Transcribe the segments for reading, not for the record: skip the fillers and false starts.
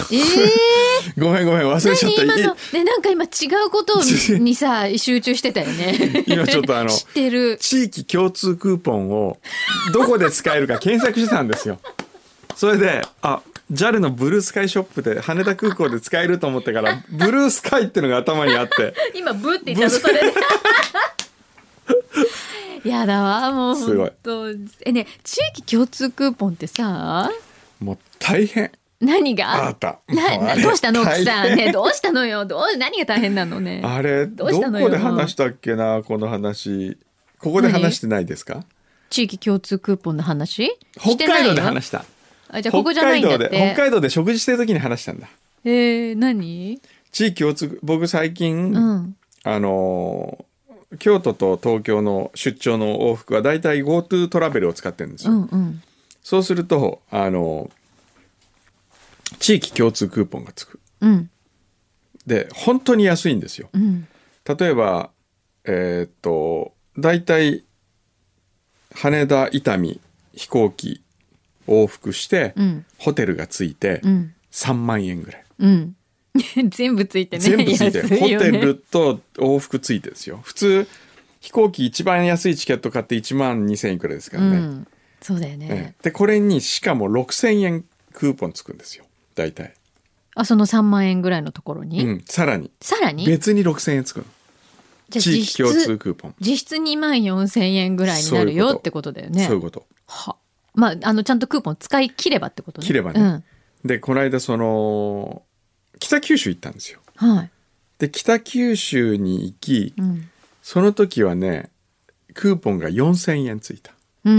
ごめん忘れちゃった。 何今の、ね、なんか今違うことにさ集中してたよね。 今ちょっと知ってる地域共通クーポンをどこで使えるか検索してたんですよ。それでJAL のブルースカイショップで羽田空港で使えると思ってからブルースカイってのが頭にあって今ブって言ったのそれでやだわもうすごい。 ね、地域共通クーポンってさもう大変。 何があったどうしたの奥さんね、どうしたのよ、何が大変なのね。 あれどこで話したっけな、この話。ここで話してないですか？ 地域共通クーポンの話北海道で話した。 じゃあここじゃないんだって。 北海道で食事してる時に話したんだ。 何？ 地域共通、僕最近、京都と東京の出張の往復はだいたい GoTo トラベルを使ってるんですよ。そうすると地域共通クーポンがつく。で本当に安いんですよ。例えばだいたい羽田伊丹飛行機往復して、ホテルがついて3万円ぐらい。 全部ついてね。 全部ついて、ホテルと往復ついてですよ。普通飛行機一番安いチケット買って1万2000いくらですからね。 そうだよね。 でこれにしかも6000円クーポンつくんですよ大体。 その3万円ぐらいのところに、 さらに別に6000円つくの。 じゃあ地域共通クーポン実質2万4000円ぐらいになるよってことだよね。 そういうこと。 まあちゃんとクーポン使い切ればってことね。 切ればね。でこの間北九州行ったんですよ。で北九州に行き、その時はねクーポンが4000円ついた。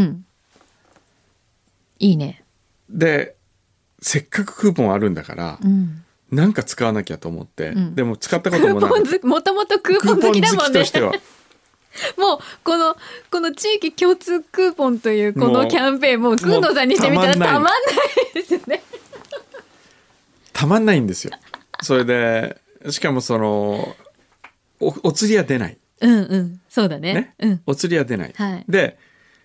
いいね。 でせっかくクーポンあるんだから、なんか使わなきゃと思って、でも使ったこともなくて、 もともとクーポン好きだもんね。 としてはもうこの地域共通クーポンというこのキャンペーンもう工藤さんにしてみたらたまんないですよね。 たまんないんですよ。それでしかもお釣りは出ない。 そうだね。 お釣りは出ない。で、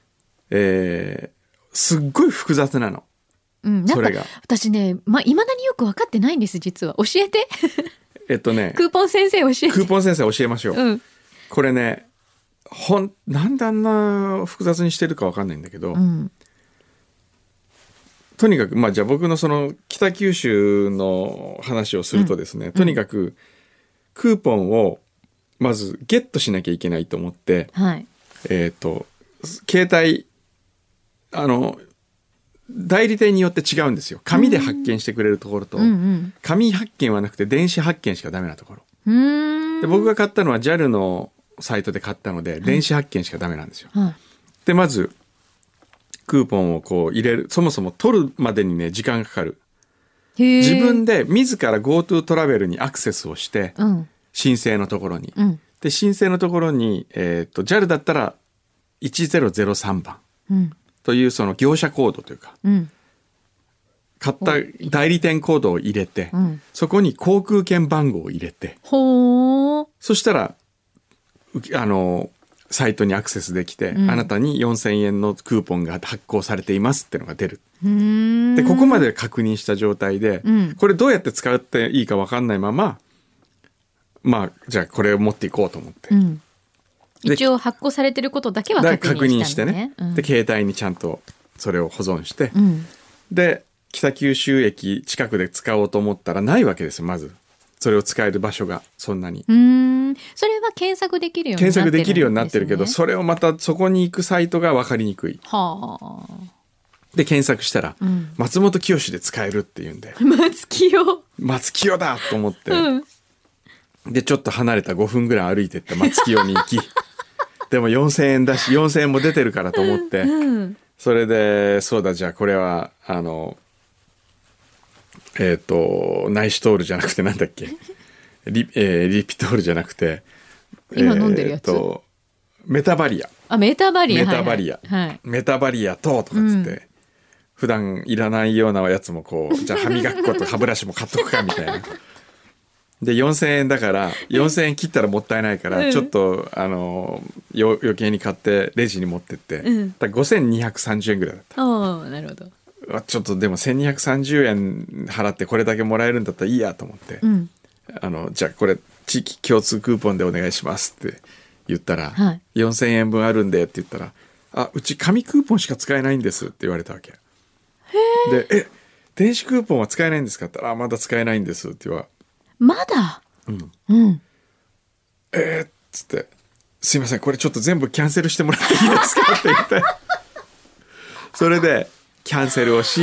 すっごい複雑なの。それが私ね、いまだによく分かってないんです。実は教えて。クーポン先生教えて。 クーポン先生教えましょう。これねなんであんな複雑にしてるか分かんないんだけど、とにかくじゃあ僕の北九州の話をするとですね、とにかくクーポンをまずゲットしなきゃいけないと思って、携帯代理店によって違うんですよ。紙で発券してくれるところと、紙発券はなくて電子発券しかダメなところ。で僕が買ったのは JAL のサイトで買ったので電子発券しかダメなんですよ。でまずクーポンを入れる、そもそも取るまでにね時間がかかる。自分で自ら GoTo トラベルにアクセスをして、申請のところに、で申請のところに、JAL だったら1003番、というその業者コードというか、買った代理店コードを入れて、そこに航空券番号を入れて、そしたらサイトにアクセスできて、あなたに4000円のクーポンが発行されていますってのが出る。でここまで確認した状態で、これどうやって使っていいか分かんないまま、じゃあこれを持っていこうと思って、 一応発行されてることだけは確認したんだね。 で携帯にちゃんとそれを保存して、で北九州駅近くで使おうと思ったらないわけですよ。まずそれを使える場所がそんなに。 それは検索できるようになってるんですね。 検索できるようになってるけど、それをまたそこに行くサイトが分かりにくい。で検索したら、松本清で使えるっていうんで、松清だと思って、でちょっと離れた5分ぐらい歩いてって松清に行きでも4000円だし4000円も出てるからと思って、それでそうだ、じゃあこれはナイシトールじゃなくてなんだっけリピトールじゃなくて今飲んでるやつ、 メタバリア。 メタバリアとかっつって、普段いらないようなやつもじゃあ歯磨き粉と歯ブラシも買っとくかみたいな。で4000円だから4000円切ったらもったいないから、ちょっと余計に買ってレジに持ってって、だから5230円ぐらいだった。 なるほど。 ちょっとでも1230円払ってこれだけもらえるんだったらいいやと思って、じゃあこれ地域共通クーポンでお願いしますって言ったら、はい、4000円分あるんでって言ったら、うち紙クーポンしか使えないんですって言われたわけ。で、電子クーポンは使えないんですかって言ったら、まだ使えないんですって言われ。 まだつって、すいませんこれちょっと全部キャンセルしてもらっていいですかって言ってそれでキャンセルをし、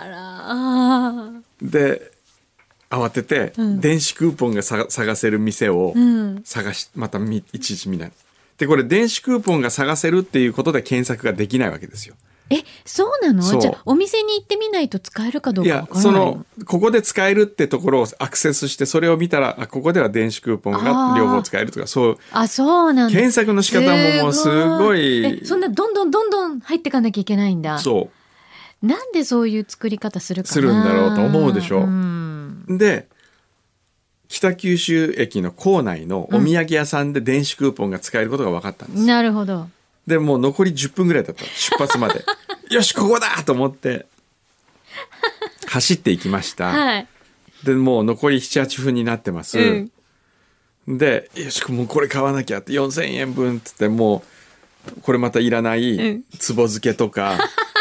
で慌てて、電子クーポンが探せる店を探し、またいちいち見ない。でこれ電子クーポンが探せるっていうことで検索ができないわけですよ。 そうなの？じゃあお店に行ってみないと使えるかどうかわからないの？ いや、ここで使えるってところをアクセスして、それを見たらここでは電子クーポンが両方使えるとか、そうなんだ。 検索の仕方ももうすごいそんなどんどん入っていかなきゃいけないんだ。 そうなんでそういう作り方するかな。 するんだろうと思うでしょ。で北九州駅の構内のお土産屋さんで電子クーポンが使えることが分かったんです。 なるほど。 でもう残り10分ぐらいだった、出発までよしここだと思って走っていきました、はい、でもう残り 7,8 分になってます、でよしもうこれ買わなきゃって4000円分っつって、もうこれまたいらないつぼ漬けとか、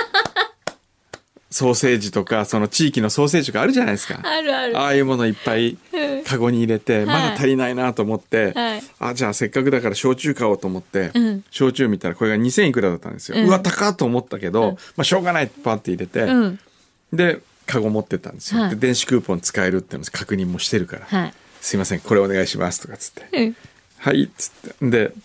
ソーセージとかその地域のソーセージとかあるじゃないですか。 あるある。 ああいうものいっぱいカゴに入れて、まだ足りないなと思って、じゃあせっかくだから焼酎買おうと思って、焼酎見たらこれが2000いくらだったんですよ。うわ高っと思ったけど、しょうがないってパンって入れて、でカゴ持ってったんですよ。で電子クーポン使えるっての確認もしてるから、すいませんこれお願いしますとかっつって、はいっつってで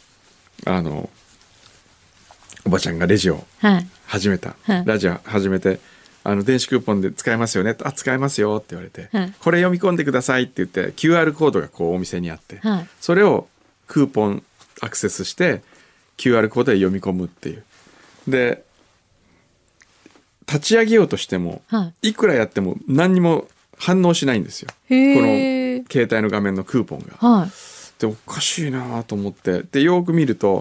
おばちゃんがレジを始めた、ラジオ始めて、電子クーポンで使えますよね、使えますよって言われて、これ読み込んでくださいって言って QR コードがこうお店にあって、それをクーポンアクセスして QR コードで読み込むっていう。で立ち上げようとしても、いくらやっても何にも反応しないんですよ、この携帯の画面のクーポンが、でおかしいなと思って、でよく見ると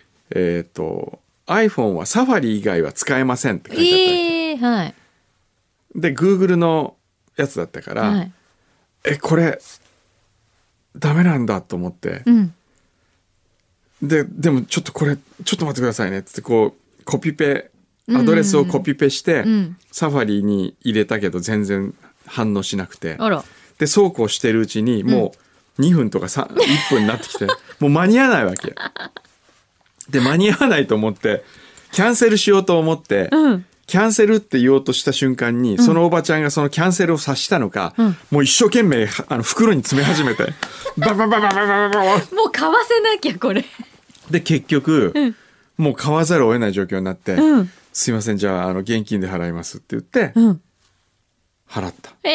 iPhone はサファリ以外は使えませんって書いてあった、で Google のやつだったから、これダメなんだと思って、でもちょっとこれちょっと待ってくださいねってこうコピペアドレスをコピペして、サファリに入れたけど全然反応しなくて、でそうこうしてるうちにもう2分とか1分になってきてもう間に合わないわけで、間に合わないと思ってキャンセルしようと思って、キャンセルって言おうとした瞬間に、そのおばちゃんがそのキャンセルを察したのか、もう一生懸命袋に詰め始めてババババババババもう買わせなきゃこれで結局、もう買わざるを得ない状況になって、すいませんじゃあ現金で払いますって言って、払った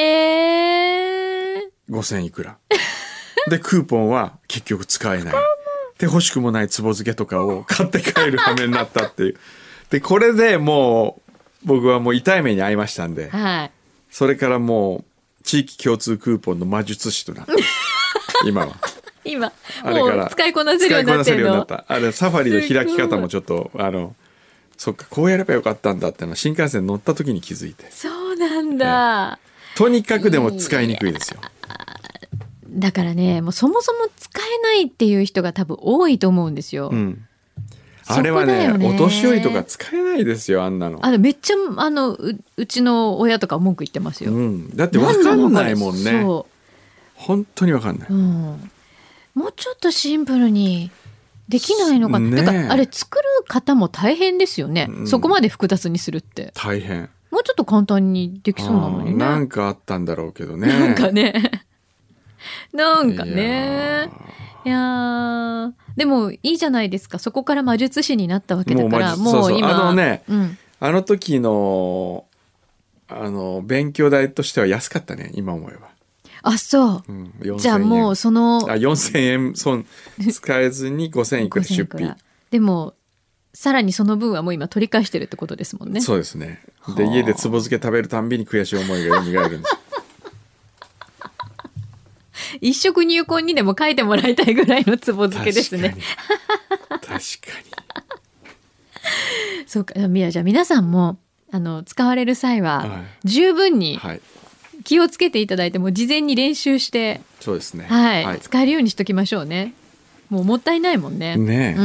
。5000いくらでクーポンは結局使えないで、欲しくもないつぼ漬けとかを買って帰る羽目になったっていう。でこれでもう僕はもう痛い目に遭いましたんで、それからもう地域共通クーポンの魔術師となって今はあれからもう使いこなせるようになってるの。 サファリの開き方もちょっとそっかこうやればよかったんだってのは新幹線乗った時に気づいて。 そうなんだ、 とにかくでも使いにくいですよ。 だからね、もうそもそも使えないっていう人が多分多いと思うんですよ、 あれはねお年寄りとか使えないですよ、あんなの。 めっちゃうちの親とか文句言ってますよ、 だって分かんないもんね。本当に分かんない、 もうちょっとシンプルにできないのかな、てかあれ作る方も大変ですよね、そこまで複雑にするって大変。 もうちょっと簡単にできそうなのにね。 なんかあったんだろうけどね。 なんかねいやでもいいじゃないですか、そこから魔術師になったわけだからもう今あの時の勉強代としては安かったね、今思えば。 そう、じゃあもうその 4000円損使えずに5000いくら出費でもさらにその分はもう今取り返してるってことですもんね。 そうですね。で家でつぼ漬け食べるたんびに悔しい思いが蘇るんです一食入魂にでも書いてもらいたいぐらいのつぼ漬けですね。 確かにそうか、じゃあ皆さんも使われる際は十分に気をつけていただいて、もう事前に練習して、 そうですね、 はい使えるようにしときましょうね。もうもったいないもんね。 ねえ、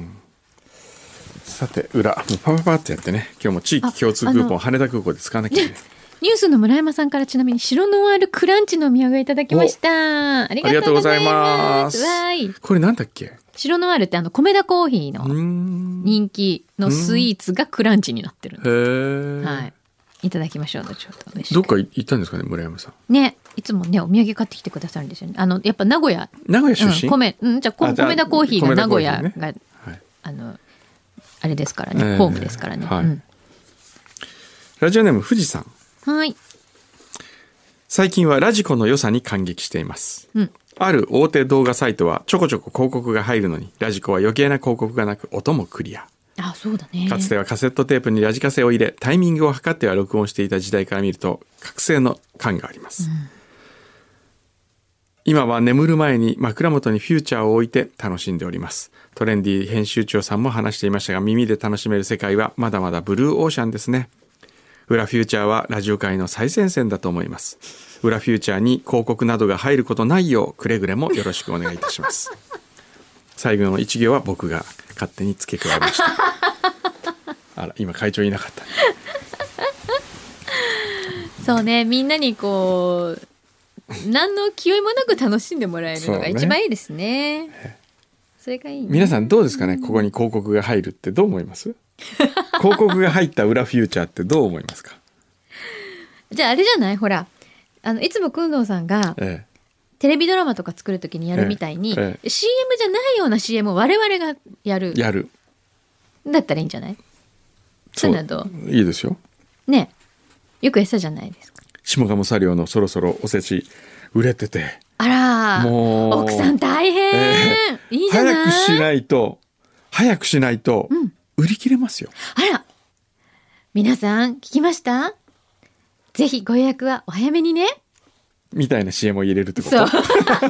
さて裏もうパパパってやってね、今日も地域共通クーポン羽田空港で使わなきゃいけない。 ニュースの村山さんからちなみに白ノワールクランチのお土産いただきました。ありがとうございます。 これなんだっけ？ 白ノワールって米田コーヒーの人気のスイーツがクランチになってるんで。はい。いただきましょう。ちょっとどっか行ったんですかね、村山さん。 ね、いつもねお土産買ってきてくださるんですよね。やっぱ名古屋出身。 じゃあ米田コーヒーが名古屋があれですからね、ホームですからね。 ラジオネーム富士山。 はい。 最近はラジコの良さに感激しています。ある大手動画サイトはちょこちょこ広告が入るのに、ラジコは余計な広告がなく音もクリア。 あ、そうだね。 かつてはカセットテープにラジカセを入れ、タイミングを測っては録音していた時代から見ると覚醒の感があります。今は眠る前に枕元にフューチャーを置いて楽しんでおります。トレンディ編集長さんも話していましたが、耳で楽しめる世界はまだまだブルーオーシャンですね。裏フューチャーはラジオ界の最前線だと思います。裏フューチャーに広告などが入ることないよう、くれぐれもよろしくお願いいたします。最後の一行は僕が勝手に付け加えました。あら、今会長いなかった。 そうね、みんなにこう何の気負いもなく楽しんでもらえるのが一番いいですね。それがいいね。 皆さんどうですかね、ここに広告が入るってどう思います？広告が入った裏フューチャーってどう思いますか？ じゃああれじゃない、ほらいつも工藤さんが、テレビドラマとか作るときにやるみたいに、CM じゃないような CM を我々がやるだったらいいんじゃない？そういうのどう？ いいですよね。よく餌じゃないですか。 下鴨茶寮のそろそろおせち売れてて、 あらもう奥さん大変、いいじゃない。 早くしないと、売り切れますよ。 あら、皆さん聞きました？ぜひご予約はお早めにね、 みたいな CM を入れるってこと。 そう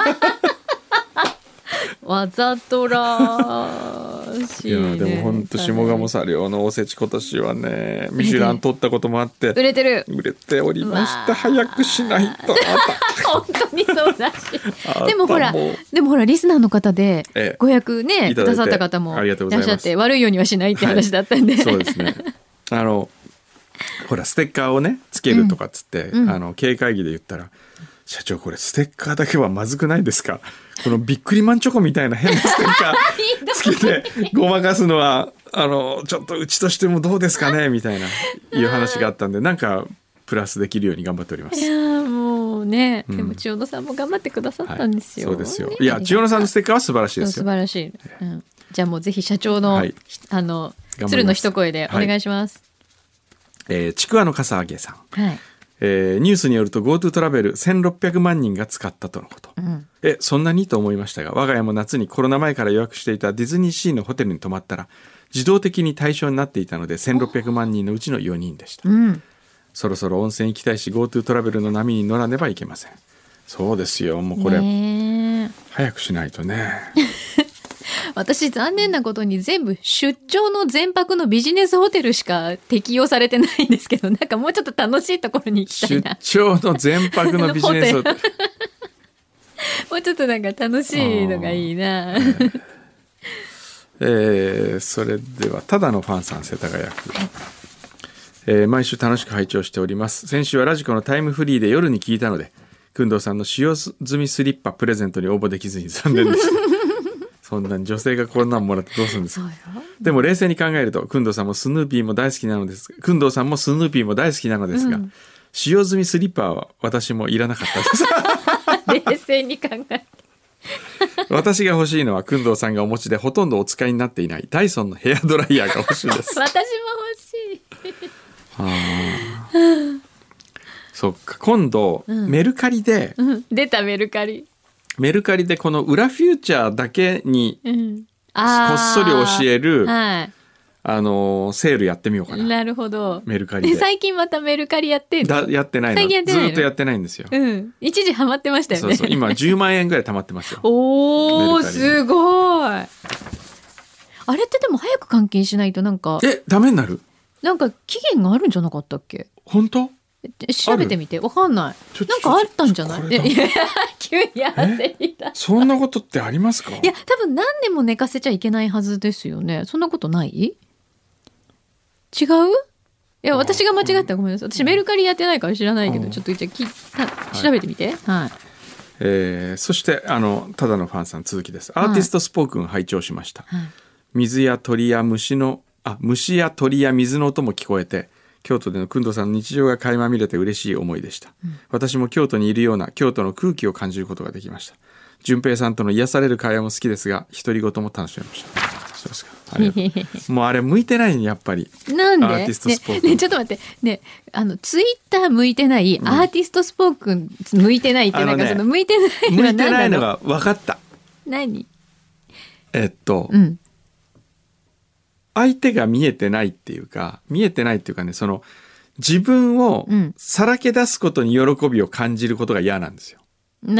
わざとらしい、ね、 いやでも本当下鴨茶寮のおせち今年はねミシュラン取ったこともあって売れておりました。早くしないと。 本当にそうだしでもほらリスナーの方でご予約ね、くださった方もいらっしゃって、悪いようにはしないって話だったんで、はい、 そうですね。ほらステッカーをねつけるとかっつって、経営会議で言ったら、社長これステッカーだけはまずくないですか、このビックリマンチョコみたいな変なステッカーつけてごまかすのはちょっとうちとしてもどうですかねみたいないう話があったんで、なんかプラスできるように頑張っております。 いやもうね、でも千代野さんも頑張ってくださったんですよ、 そうですよ。いや千代野さんのステッカーは素晴らしいですよ。 素晴らしい、じゃあもうぜひ社長の、鶴の一声でお願いします。 ちくわのかさあげさん、ニュースによると GoTo トラベル1600万人が使ったとのこと、そんなにと思いましたが、我が家も夏にコロナ前から予約していたディズニーシーのホテルに泊まったら自動的に対象になっていたので1600万人のうちの4人でした。そろそろ温泉行きたいし GoTo トラベルの波に乗らねばいけません。そうですよ、もうこれ、早くしないとね。 私残念なことに全部出張の全泊のビジネスホテルしか適用されてないんですけど、なんかもうちょっと楽しいところに行きたいな。 出張の全泊のビジネスホテルもうちょっとなんか楽しいのがいいな。 それではただのファンさん世田谷区、毎週楽しく拝聴しております。先週はラジコのタイムフリーで夜に聞いたので、工藤さんの使用済みスリッパプレゼントに応募できずに残念でした。そんな女性がこんなんもらってどうするんですか。でも冷静に考えると、工藤さんもスヌーピーも大好きなのですが、使用済みスリッパは私もいらなかったです。冷静に考えて私が欲しいのは工藤さんがお持ちでほとんどお使いになっていないダイソンのヘアドライヤーが欲しいです。 私も欲しい。そっか、今度、メルカリで、 出たメルカリでこの裏フューチャーだけにこっそり教える、セールやってみようかな。 なるほど。 メルカリで最近またメルカリやってんの？ やってないの。ずっとやってないんですよ。 一時ハマってましたよね。 そう今10万円ぐらい貯まってますよ。 おーすごい。あれってでも早く換金しないとなんかダメになる？ なんか期限があるんじゃなかったっけ？ 本当？ 調べてみて。わかんない。なんかあったんじゃない？いや急に焦りだ。 そんなことってありますか？ いや多分何年も寝かせちゃいけないはずですよね。そんなことない？違う？いや私が間違ったらごめんなさい。私メルカリやってないから知らないけど、ちょっとじゃあ調べてみて。はい。 そしてただのファンさん続きです。アーティストスポークン拝聴しました。はい、水や鳥や虫や鳥や水の音も聞こえて、京都での工藤さんの日常が垣間見れて嬉しい思いでした。私も京都にいるような京都の空気を感じることができました。順平さんとの癒される会話も好きですが、独り言も楽しめました。そうですか。もうあれ向いてないね、やっぱり。 なんで？ アーティストスポークン。 ね、ちょっと待って。ね、ツイッター向いてない、アーティストスポークン向いてないってなんかその向いてないのは何なの？向いてないのが分かった。 何？ 相手が見えてないっていうかね、その自分をさらけ出すことに喜びを感じることが嫌なんですよ。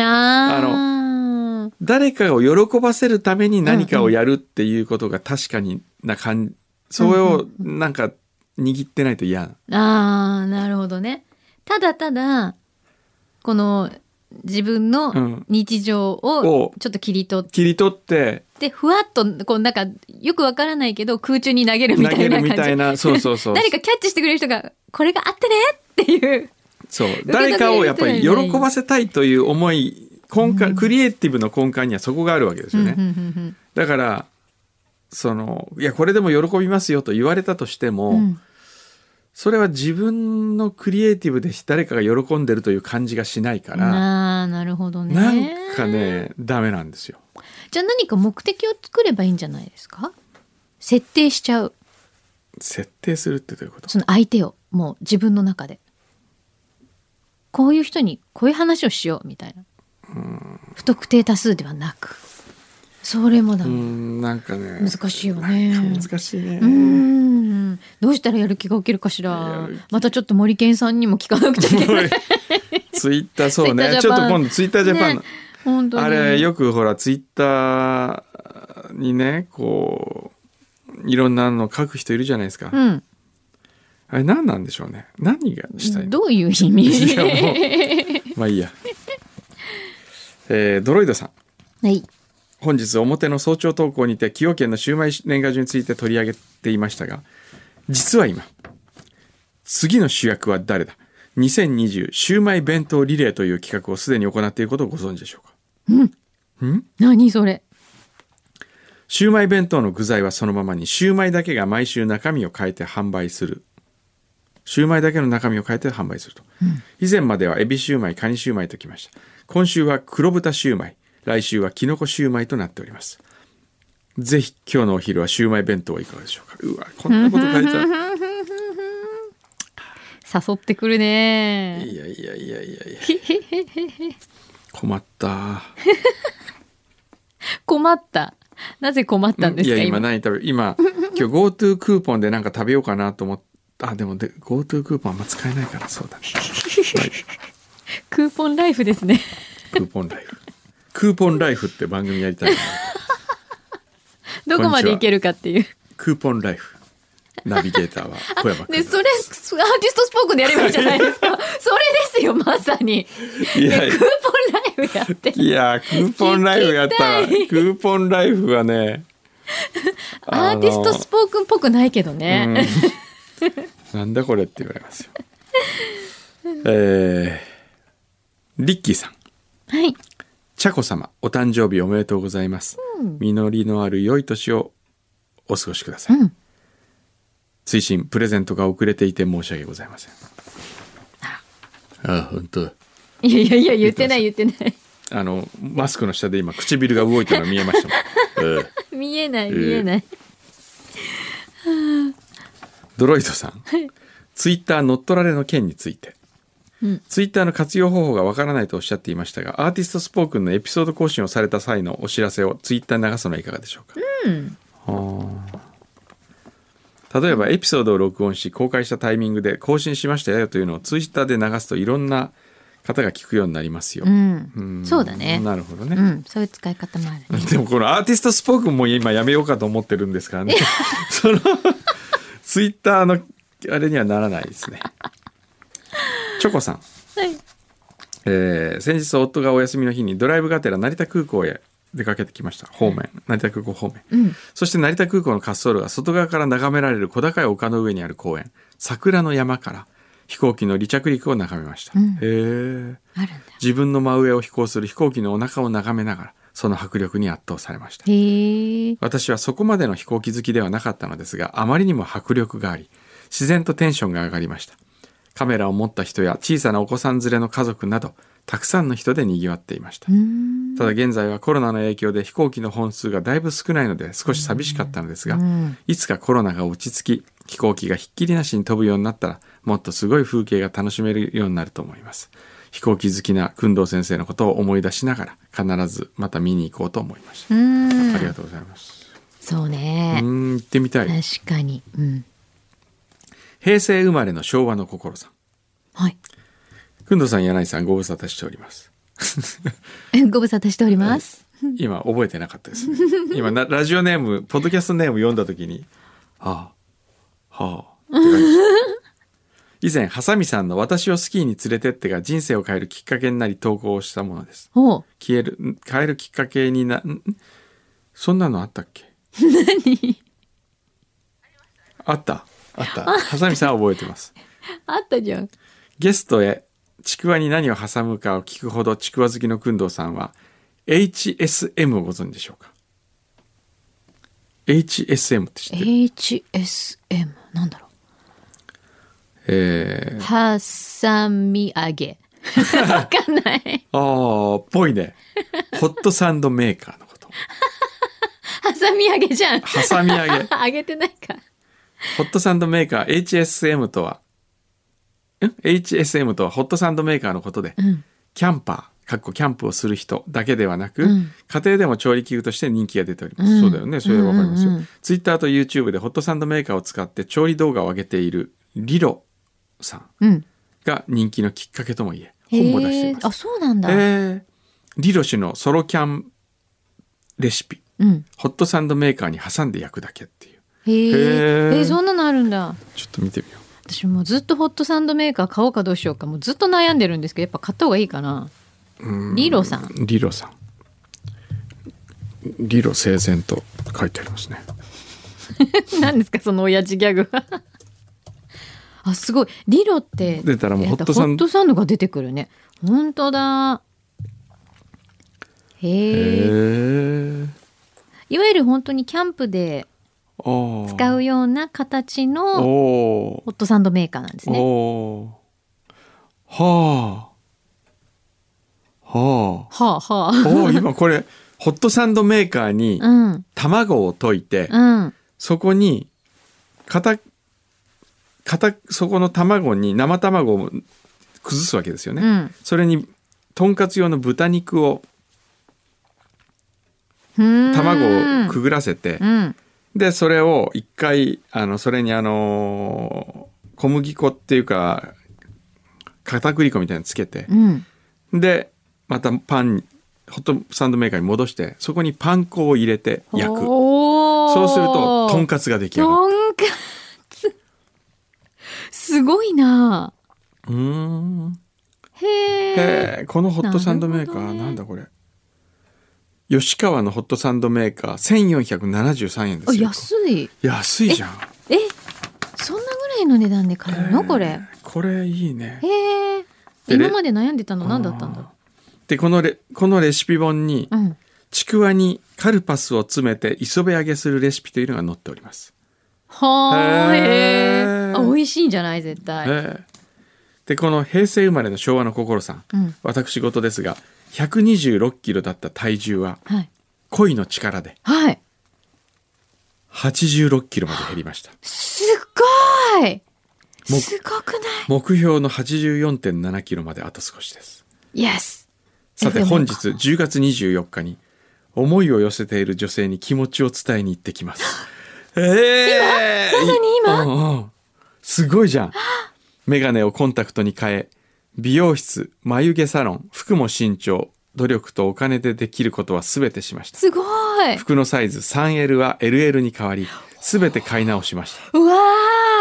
誰かを喜ばせるために何かをやるっていうことが確かにそれをなんか握ってないと嫌。 なるほどね。ただこの自分の日常をちょっと切り取ってでふわっとこうなんかよくわからないけど空中に投げるみたいな感じ。 そう誰かキャッチしてくれる人がこれがあってねっていう。 そう誰かをやっぱり喜ばせたいという思いクリエイティブの根幹にはそこがあるわけですよね。だからいやこれでも喜びますよと言われたとしても、それは自分のクリエイティブで誰かが喜んでるという感じがしないからなるほどね。 なんかねダメなんですよ。 じゃあ何か目的を作ればいいんじゃないですか？設定しちゃう。 設定するってどういうこと？ その相手をもう自分の中でこういう人にこういう話をしようみたいな。不特定多数ではなく、それもだなんかね難しいよね。 難しいね。 どうしたらやる気が起きるかしら。またちょっと森健さんにも聞かなくちゃいけない。 ツイッターそうね。ちょっと今度ツイッタージャパンの、 本当にあれよくほらツイッターにねこういろんなの書く人いるじゃないですか。あれ何なんでしょうね。何がしたいの？ どういう意味？ いやもうまあいいや。ドロイドさん、 はい、 本日表の早朝投稿にて崎陽軒のシウマイ年賀状について取り上げていましたが、実は今次の主役は誰だ2020シウマイ弁当リレーという企画をすでに行っていることをご存知でしょうか？ 何それ？ シウマイ弁当の具材はそのままに、シウマイだけが毎週中身を変えて販売する。シウマイだけの中身を変えて販売すると、以前まではエビシウマイ、カニシウマイときました。今週は黒豚シューマイ、来週はキノコシューマイとなっております。ぜひ今日のお昼はシューマイ弁当はいかがでしょうか。うわこんなこと書いてある。 誘ってくるね。 いや困った困った。なぜ困ったんですか？ いや今何食べ今日 GoTo クーポンで何か食べようかなと思って、でもGoTo クーポンあんま使えないからそうだね。 クーポンライフですね。 クーポンライフって番組やりたいな。 どこまでいけるかっていう。 クーポンライフナビゲーターは小山君。 それアーティストスポークでやればいいじゃないですか。それですよまさに。クーポンライフやって。 いやクーポンライフやったらクーポンライフはね。 アーティストスポークっぽくないけどね。 なんだこれって言われますよ。リッキーさん、 はい、 茶子様お誕生日おめでとうございます、実りのある良い年をお過ごしください、追伸プレゼントが遅れていて申し訳ございません。本当。 いや言ってないマスクの下で今唇が動いたの見えましたもん。 見えない、 ドロイドさん、ツイッター乗っ取られの件について、ツイッターの活用方法がわからないとおっしゃっていましたが、アーティストスポークンのエピソード更新をされた際のお知らせをツイッターに流すのはいかがでしょうか？例えばエピソードを録音し公開したタイミングで更新しましたよというのをツイッターで流すといろんな方が聞くようになりますよ。 そうだね。 なるほどね、 そういう使い方もあるね。 でもこのアーティストスポークンも今やめようかと思ってるんですからね。そのツイッターのあれにはならないですね。チョコさん、 はい、 先日夫がお休みの日にドライブがてら成田空港へ出かけてきました。方面、成田空港方面、うん、そして成田空港の滑走路が外側から眺められる小高い丘の上にある公園、桜の山から飛行機の離着陸を眺めました。うん、 あるんだ。 自分の真上を飛行する飛行機のお腹を眺めながらその迫力に圧倒されました。私はそこまでの飛行機好きではなかったのですが、あまりにも迫力があり自然とテンションが上がりました。カメラを持った人や小さなお子さん連れの家族などたくさんの人で賑わっていました。ただ現在はコロナの影響で飛行機の本数がだいぶ少ないので少し寂しかったのですが、いつかコロナが落ち着き飛行機がひっきりなしに飛ぶようになったらもっとすごい風景が楽しめるようになると思います。飛行機好きな工藤先生のことを思い出しながら必ずまた見に行こうと思いました。ありがとうございます。 そうね、 行ってみたい。 確かに、うん、 平成生まれの昭和の心さん。 はい。 工藤さん、柳井さん、ご無沙汰しております。 ご無沙汰しております。 今覚えてなかったですね。今ラジオネーム、ポッドキャストネーム読んだときに、はあ、はあ、って感じ。以前、ハサミさんの私をスキーに連れてってが人生を変えるきっかけになり投稿をしたものです。変えるきっかけにそんなのあったっけ？ 何？ あった。ハサミさんは覚えてます。 あったじゃん。 ゲストへちくわに何を挟むかを聞くほどちくわ好きの工藤さんは HSM をご存知でしょうか？ HSM って知ってる？ HSM なんだろう。はさみ揚げ。わかんない。 ぽいね。ホットサンドメーカーのこと。 はさみ揚げじゃん。 はさみ揚げ。 揚げてないか。 ホットサンドメーカー HSM とはHSM とはホットサンドメーカーのことで、うん、キャンパーキャンプをする人だけではなく、うん、家庭でも調理器具として人気が出ております、うん、そうだよね、それはわかりますよ、ツイッターと YouTube でホットサンドメーカーを使って調理動画を上げているリロさんが人気のきっかけともいえ、本も出しています。 あ、そうなんだ。 リロ氏のソロキャンレシピ、うん、ホットサンドメーカーに挟んで焼くだけっていう。 そんなのあるんだ。 ちょっと見てみよう。 私もずっとホットサンドメーカー買おうかどうしようかもうずっと悩んでるんですけど、やっぱ買った方がいいかな。リロさん。 リロ生前と書いてありますね。 何ですかその親父ギャグは。あ、すごい。リロって出たらもうホットサンドが出てくるね。本当だ。へえ。いわゆる本当にキャンプで使うような形のホットサンドメーカーなんですね。 はあ。今これホットサンドメーカーに卵を溶いて、うん、そこにそこの卵に生卵を崩すわけですよね、うん、それにとんかつ用の豚肉を卵をくぐらせて、うん、でそれを一回それに小麦粉っていうか片栗粉みたいなのつけて、うん、でまたホットサンドメーカーに戻してそこにパン粉を入れて焼く。そうするととんかつが出来上がる。とんかつすごいな。 へえ。このホットサンドメーカーなんだこれ。吉川のホットサンドメーカー1473円ですよ。安いじゃん。 そんなぐらいの値段で買えるのこれ。 これいいね。 へえ。今まで悩んでたの何だったんだろう。 でこのレシピ本に、ちくわにカルパスを詰めて磯辺揚げするレシピというのが載っております。 はあ。美味しいんじゃない絶対。 でこの平成生まれの昭和の心さん、私事ですが126キロだった体重は、恋の力で、86キロまで減りました。 すごい。すごくない？ 目標の 84.7 キロまであと少しです。 Yes。 さて本日10月24日に思いを寄せている女性に気持ちを伝えに行ってきます。 今まさに今、 すごいじゃん。メガネをコンタクトに変え、美容室、眉毛サロン、服も新調、努力とお金でできることは全てしました。 すごい。 服のサイズ 3L は LL に変わり、全て買い直しました。 うわ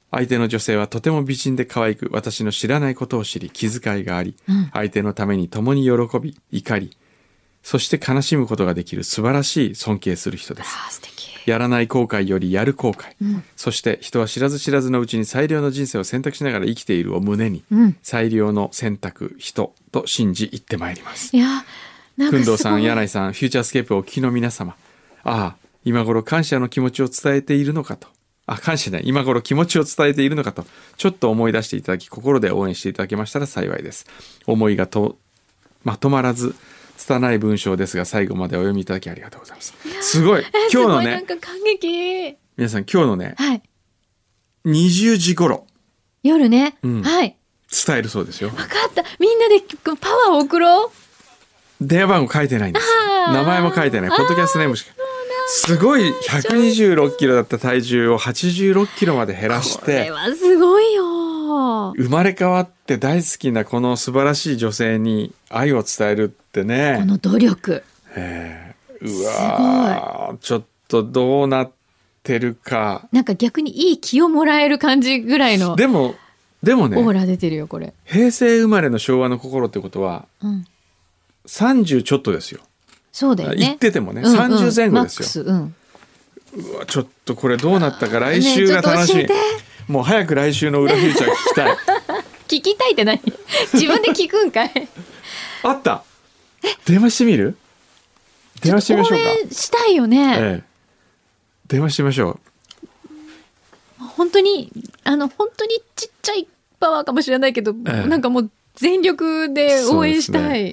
相手の女性はとても美人で可愛く、私の知らないことを知り、気遣いがあり、相手のために共に喜び、怒り、そして悲しむことができる素晴らしい尊敬する人です。 素敵。 やらない後悔よりやる後悔、そして人は知らず知らずのうちに最良の人生を選択しながら生きているを胸に、最良の選択、人と信じ行ってまいります。 いや、なんか工藤さん、柳井さん、フューチャースケープをお聞きの皆様、今頃感謝の気持ちを伝えているのかと、感謝ね、今頃気持ちを伝えているのかと、ちょっと思い出していただき、心で応援していただけましたら幸いです。思いがまとまらず、拙い文章ですが、最後までお読みいただきありがとうございます。すごい。今日のね、 なんか感激。 皆さん今日のね、20時頃。 夜ね、 はい。伝えるそうですよ。 分かった。みんなでパワーを送ろう。 電話番号書いてないんです。名前も書いてない。ポッドキャストネームしか。すごい126キロだった体重を86キロまで減らして。これはすごいよ。 生まれ変わって大好きなこの素晴らしい女性に愛を伝えるってね。 この努力。 うわー、ちょっとどうなってるか。 なんか逆にいい気をもらえる感じぐらいの。 でもね。オーラ出てるよこれ。 平成生まれの昭和の心ってことは、30ちょっとですよ。 そうだよね。 言っててもね、30前後ですよ。うわ、ちょっとこれどうなったか来週が楽しみ。もう早く来週の裏フューチャー聞きたい。 聞きたいって何？自分で聞くんかい。 あった。電話してみる？電話してみましょうか。 応援したいよね。 電話してみましょう。本当に本当にちっちゃいパワーかもしれないけど、なんかもう全力で応援したい。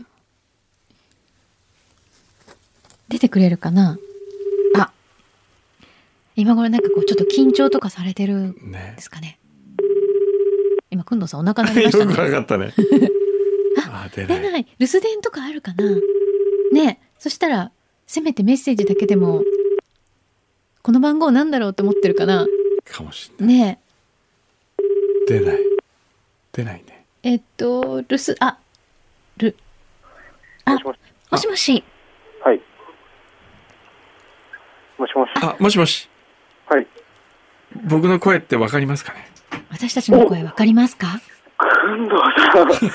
出てくれるかな。今頃なんかこうちょっと緊張とかされてるんですかね。今工藤さんお腹鳴りましたね。 よくわかったね。 出ない。留守電とかあるかな。ね、そしたらせめてメッセージだけでもこの番号なんだろうと思ってるかな。 かもしれない。 ね。 出ないね。 もしもし。 はい。もしもし。 もしもし。 はい。 僕の声ってわかりますかね。 私たちの声わかりますか。 工藤さん。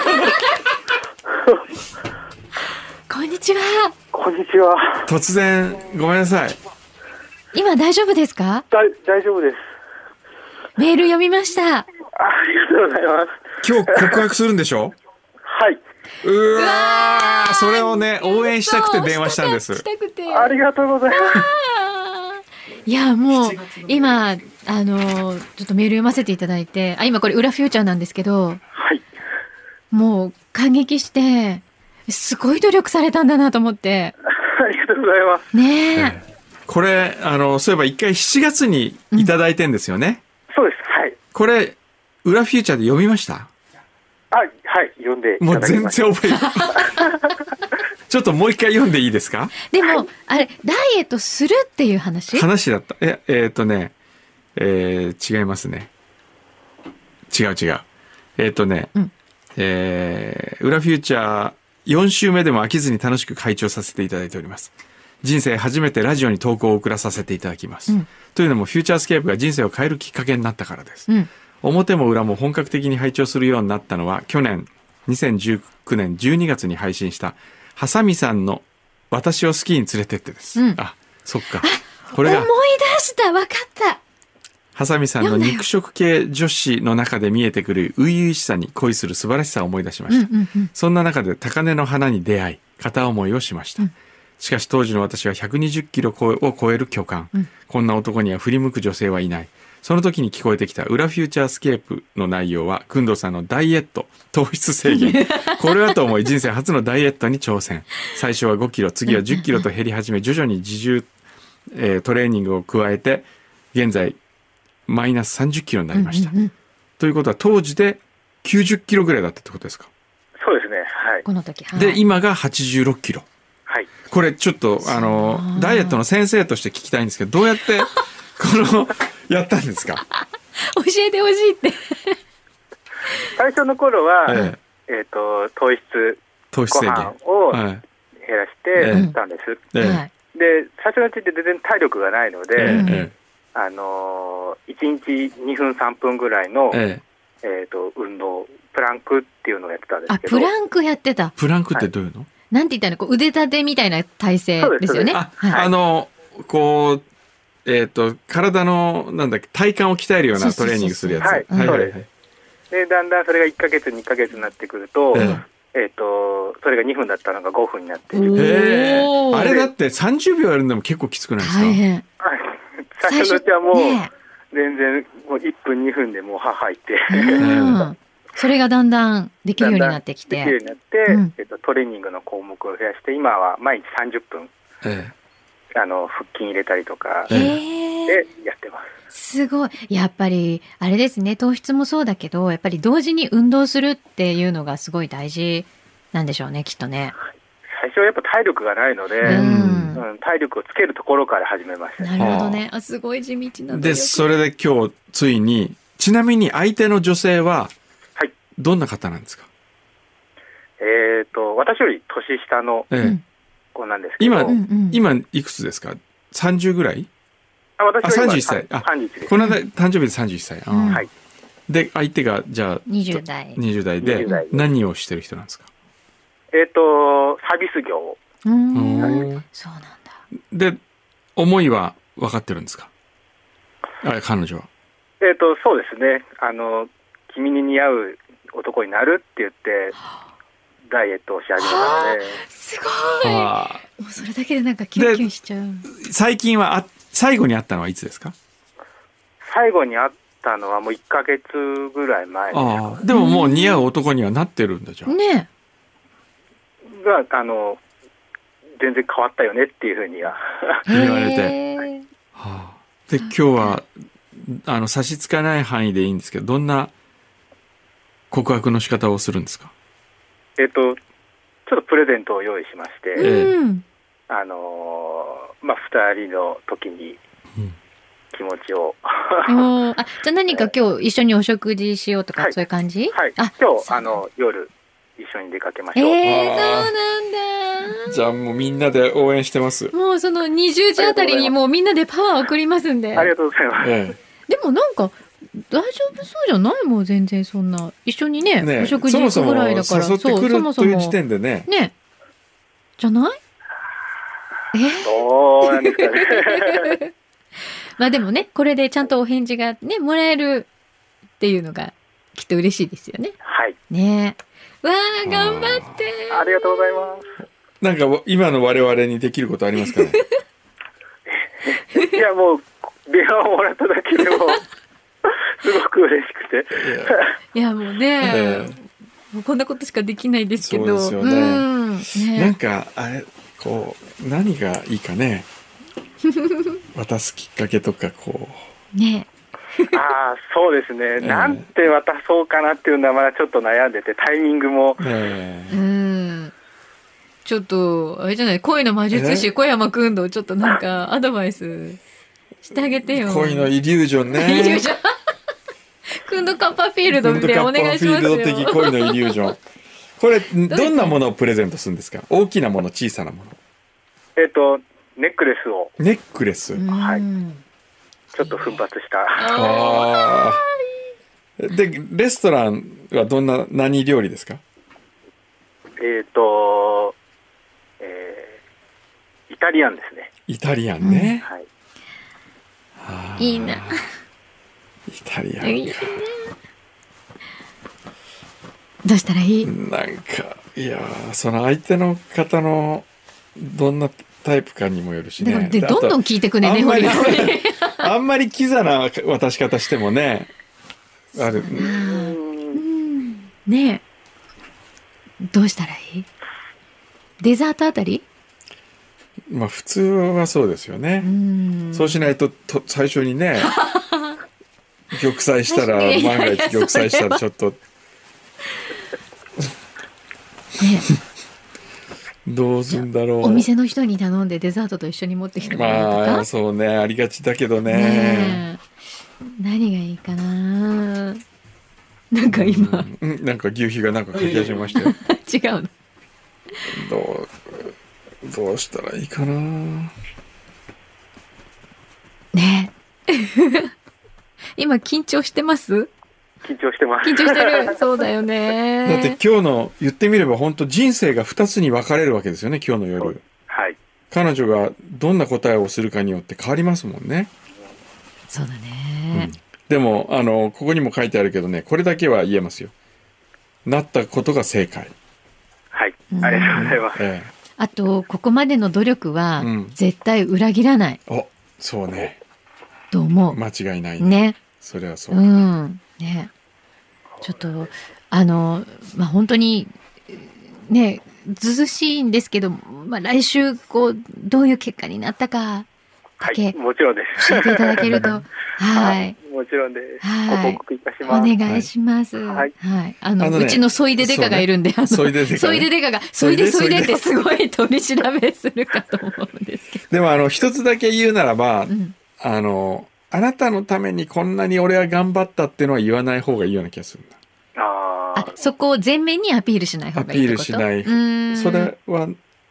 こんにちは。 こんにちは。 突然ごめんなさい。 今大丈夫ですか。 大丈夫です。 メール読みました。 ありがとうございます。 今日告白するんでしょ。 はい。 うわー、それをね応援したくて電話したんです。 ありがとうございます。 いやもう今ちょっとメール読ませていただいて、今これ裏フューチャーなんですけど、 はい、 もう感激してすごい努力されたんだなと思って。 ありがとうございますね。 これそういえば一回7月にいただいてんですよね。 そうです。はい。 これ裏フューチャーで読みました。 はい、読んでいただきました。 もう全然覚えてちょっともう一回読んでいいですか。 でもあれダイエットするっていう話だった。違いますね。違う。裏フューチャー4週目でも飽きずに楽しく拝聴させていただいております。人生初めてラジオに投稿を送らさせていただきます。というのもフューチャースケープが人生を変えるきっかけになったからです。表も裏も本格的に拝聴するようになったのは去年2019年12月に配信したハサミさんの私をスキーに連れてってです。そっか。これが思い出した。分かった。 ハサミさんの肉食系女子の中で見えてくる初々しさに恋する素晴らしさを思い出しました。そんな中で高嶺の花に出会い片思いをしました。しかし当時の私は120キロを超える巨漢。こんな男には振り向く女性はいない。その時に聞こえてきた裏フューチャースケープの内容は、工藤さんのダイエット、糖質制限。これはと思い人生初のダイエットに挑戦。最初は5キロ、次は10キロと減り始め、徐々に自重、トレーニングを加えて、現在、マイナス30キロになりました。ということは、当時で90キロぐらいだったってことですか。 そうですね。はい。 この時。 で、今が86キロ。 はい。 これちょっと、ダイエットの先生として聞きたいんですけど、どうやって、やったんですか。 教えてほしいって。 最初の頃は、糖質ご飯を減らしてたんです。で、最初のうちって全然体力がないので、 1日2分3分ぐらいの、運動、プランクっていうのをやってたんですけど。 プランクやってた。 プランクってどういうの？ なんて言ったの？こう腕立てみたいな体勢ですよね。 こう、体の、なんだっけ、体幹を鍛えるようなトレーニングするやつ。 はい、そうです。で、だんだんそれが1ヶ月、2ヶ月になってくると、それが2分だったのが5分になっている。 あれだって30秒やるのも結構きつくないですか？ 大変。 最初のうちはもう、全然、もう1分、2分でもう歯吐いて。 それがだんだんできるようになってきて。 できるようになって、トレーニングの項目を増やして、今は毎日30分。腹筋入れたりとかでやってます。 すごい。やっぱりあれですね、糖質もそうだけど、やっぱり同時に運動するっていうのがすごい大事なんでしょうね、きっとね。 最初はやっぱ体力がないので、体力をつけるところから始めましたね。 なるほどね。すごい地道な。 で、それで今日ついに、ちなみに相手の女性はどんな方なんですか？ 私より年下の子なんですけど、 今いくつですか？30ぐらい？ 私は今 31歳。 31です。 この間誕生日で31歳。はい。で、相手がじゃあ 20代。 20代で何をしてる人なんですか？ サービス業。 そうなんだ。 で、思いは分かってるんですか？彼女は。 そうですね。君に似合う男になるって言って、ダイエットをし始めたので。 すごい。もうそれだけでなんかキュンキュンしちゃう。 最近は最後に会ったのはいつですか？ 最後に会ったのはもう1ヶ月ぐらい前です。 でももう似合う男にはなってるんだじゃん。 ね。 が全然変わったよねっていうふうには言われて。で今日は差し支えない範囲でいいんですけど、どんな告白の仕方をするんですか？ ちょっとプレゼントを用意しまして、2人の時に気持ちをじゃあ何か今日一緒にお食事しようとか、そういう感じ？ はい。今日夜一緒に出かけましょう。 そうなんだ。 じゃあもうみんなで応援してます。 もうその20時あたりにもうみんなでパワーを送りますんで。 ありがとうございます。 でもなんか大丈夫そうじゃないもん、全然そんな一緒にねお食事行くぐらいだから。 そもそも誘ってくるという時点でね。 ね。じゃない？ そうなんですかね。 まあでもね、これでちゃんとお返事がねもらえるっていうのがきっと嬉しいですよね。 はい。 ね。わあ、頑張って。 ありがとうございます。 なんか今の我々にできることありますかね？ いやもう電話をもらっただけでもすごく嬉しくて。 いやもうね、もうこんなことしかできないですけど。 そうですよね。なんか何がいいかね。渡すきっかけとかね。 そうですね、なんて渡そうかなっていうのはまだちょっと悩んでて、タイミングも、 ちょっとあれじゃない、恋の魔術師小山くんのちょっとなんかアドバイスしてあげてよ。 恋のイリュージョンね。 イリュージョンくんどカッパーフィールドでお願いしますよ。 フィールド的恋のイリュージョン。これどんなものをプレゼントするんですか？大きなもの、小さなもの。 ネックレスを。 ネックレス。 はい。ちょっと奮発した。 で、レストランは何料理ですか？ イタリアンですね。 イタリアンね。 はい。いいな。 イタリアン。いいね。 どうしたらいい？ なんか、いや、その相手の方のどんなタイプかにもよるしね。 でどんどん聞いてくね、ね、 あんまりキザな渡し方してもね。 ねえ。どうしたらいい？デザートあたり？ まあ普通はそうですよね。そうしないと最初にね、玉砕したら、万が一玉砕したらちょっと。ねどうすんだろう。 お店の人に頼んでデザートと一緒に持ってきてもらうとか。 まあそうね、ありがちだけどね。 何がいいかな。なんか今、 なんか牛皮がなんか書き始めましたよ。 違うの。 どうしたらいいかな。 ね。 今緊張してます？ 緊張してます。 緊張してる。そうだよね。 だって今日の言ってみれば本当人生が2つに分かれるわけですよね、今日の夜。 はい。 彼女がどんな答えをするかによって変わりますもんね。 そうだね。 でもここにも書いてあるけどね、これだけは言えますよ。なったことが正解。 はい。ありがとうございます。 あとここまでの努力は絶対裏切らない。 そうね。 と思う。 間違いないね。 それはそう。 ね。ちょっと本当にね、ずうずしいんですけど、来週どういう結果になったかだけ、 もちろんです。 教えていただけると、はい。 もちろんです。ご報告いたします。 お願いします。はい。うちのソイデデカがいるんで、 ソイデデカがソイデってすごい取り調べするかと思うんですけど。 でも一つだけ言うならば、あなたのためにこんなに俺は頑張ったっていうのは言わない方がいいような気がするんだ。 そこを前面にアピールしない方がいいってこと？ アピールしない。それは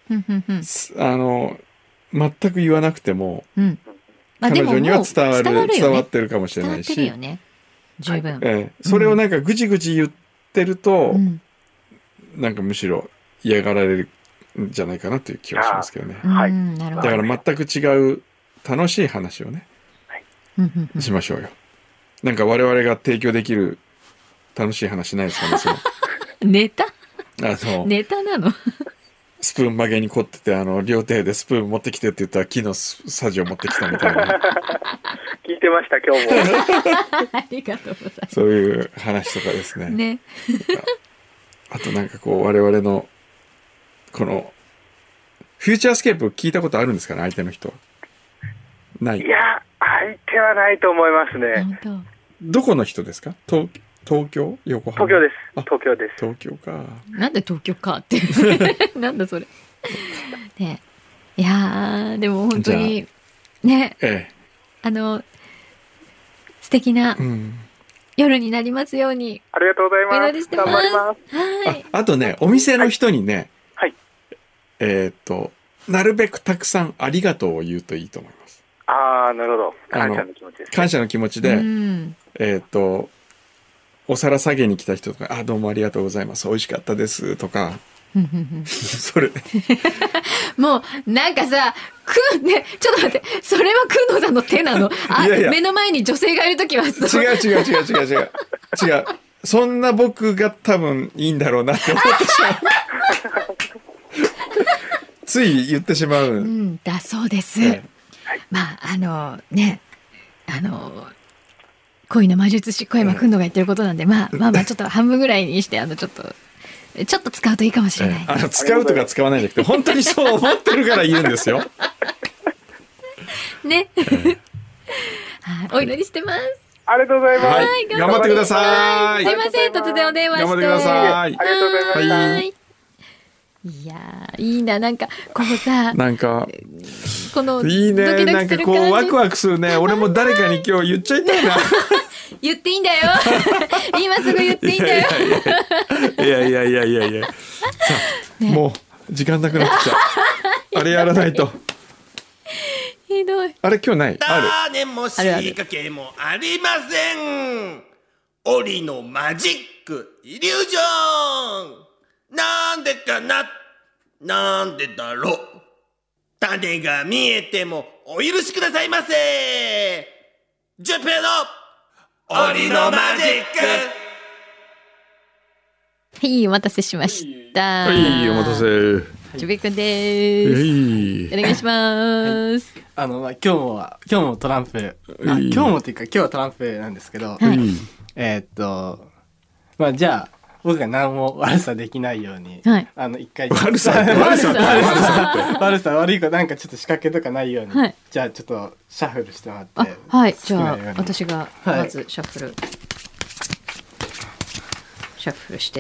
全く言わなくても、彼女には伝わってるかもしれないし、 伝わってるよね、十分。 それをなんかぐちぐち言ってると、なんかむしろ嫌がられるんじゃないかなという気がしますけどね。だから全く違う楽しい話をね、しましょうよ。なんか我々が提供できる楽しい話ないですかね、そのネタネタなの？ スプーン曲げに凝ってて、両手でスプーン持ってきてって言ったら木のさじを持ってきたみたいな。 聞いてました、今日も。 ありがとうございます。 そういう話とかですね。 ね。 あとなんか我々の、この、フューチャースケープ聞いたことあるんですかね、相手の人は。ない。 いや、相手はないと思いますね。 どこの人ですか？東京？横浜？ 東京です。東京です。 東京か。 なんで東京かって。なんだそれ。ね、いやでも本当にね、素敵な夜になりますように。 ありがとうございます。 お祈りしてます。 頑張ります。 はい。 あとね、お店の人にね、 はい。 なるべくたくさんありがとうを言うといいと思います。 なるほど。感謝の気持ちですね。 感謝の気持ちで、お皿下げに来た人とか、どうもありがとうございます。美味しかったですとか。それ。 もう、なんかさ、ね、ちょっと待って、それは工藤さんの手なの？目の前に女性がいるときは。 違う。そんな僕が多分いいんだろうなって思ってしまう。つい言ってしまう。 だそうです。恋の魔術師小山くんのが言ってることなんで、ちょっと半分ぐらいにしてちょっと使うといいかもしれない。 使うとか使わないんじゃなくて、本当にそう思ってるから言うんですよ。 ね。お祈りしてます。 ありがとうございます。 はい、頑張ってください。 すいません、突然お電話して。 頑張ってください。 ありがとうございました。 いやいいな、なんかこうさ、 なんかこのいいね、なんかワクワクするね。俺も誰かに今日言っちゃいたいな。 言っていいんだよ。今すぐ言っていいんだよ。 いや。さあ、もう時間なくなってきた。あれやらないと。 ひどい。 あれ今日ない？ある。 種も仕掛けもありません。檻のマジックイリュージョン。なんでかな、なんでだろう。種が見えてもお許しくださいませ。ジュンペイの檻のマジック。 はい、お待たせしました。 はい、お待たせ。 ジュペイくんです。お願いします。 今日もトランプ、今日もっていうか今日はトランプなんですけど、じゃあ僕が何も悪さできないように、一回悪さ悪い子なんかちょっと仕掛けとかないように、じゃあちょっとシャッフルしてもらって、 じゃあ私がまずシャッフルして、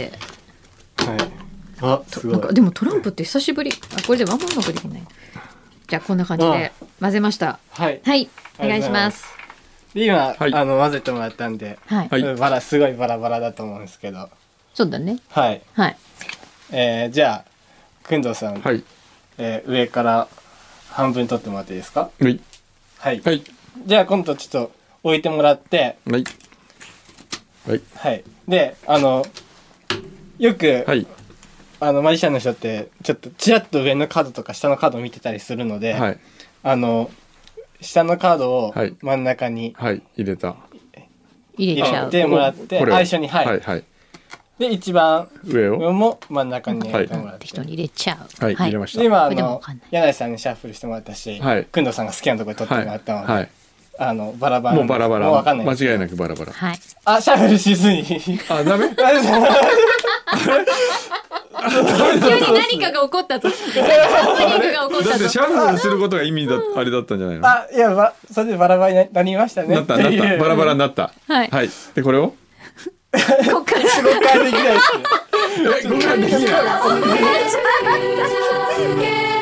すごい。 でもトランプって久しぶり。これでワンマンうまくできない。じゃあこんな感じで混ぜました。はい、お願いします。 で今、混ぜてもらったんで、すごいバラバラだと思うんですけど。 そうだね。 はい。じゃあ、工藤さん、上から半分取ってもらっていいですか？ はい。 じゃあ今度ちょっと置いてもらって、 はいはい、はい、でよく、はい、マジシャンの人ってちょっとちらっと上のカードとか下のカードを見てたりするので、はい、下のカードを真ん中に、 はいはい、入れてもらって最初に、はいはいはい、で一番上も真ん中に入れてもらって、 人に入れちゃう。 はい、入れました。 で今柳井さんにシャッフルしてもらったし、はい、工藤さんが好きなところで取ってもらったので、はい、バラバラもうバラバラ、もう分かんない、間違いなくバラバラ。 はい、 あ、シャッフルしずにあ、ダメ急に何かが起こったぞ。ハプニングが起こったぞ。 だってシャッフルすることが意味だ、あれだったんじゃないの？ あ、いや、それでバラバラになりましたね。 なったバラバラになった。 はい。 はい。でこれを？ こっからできないです。 こっからできない。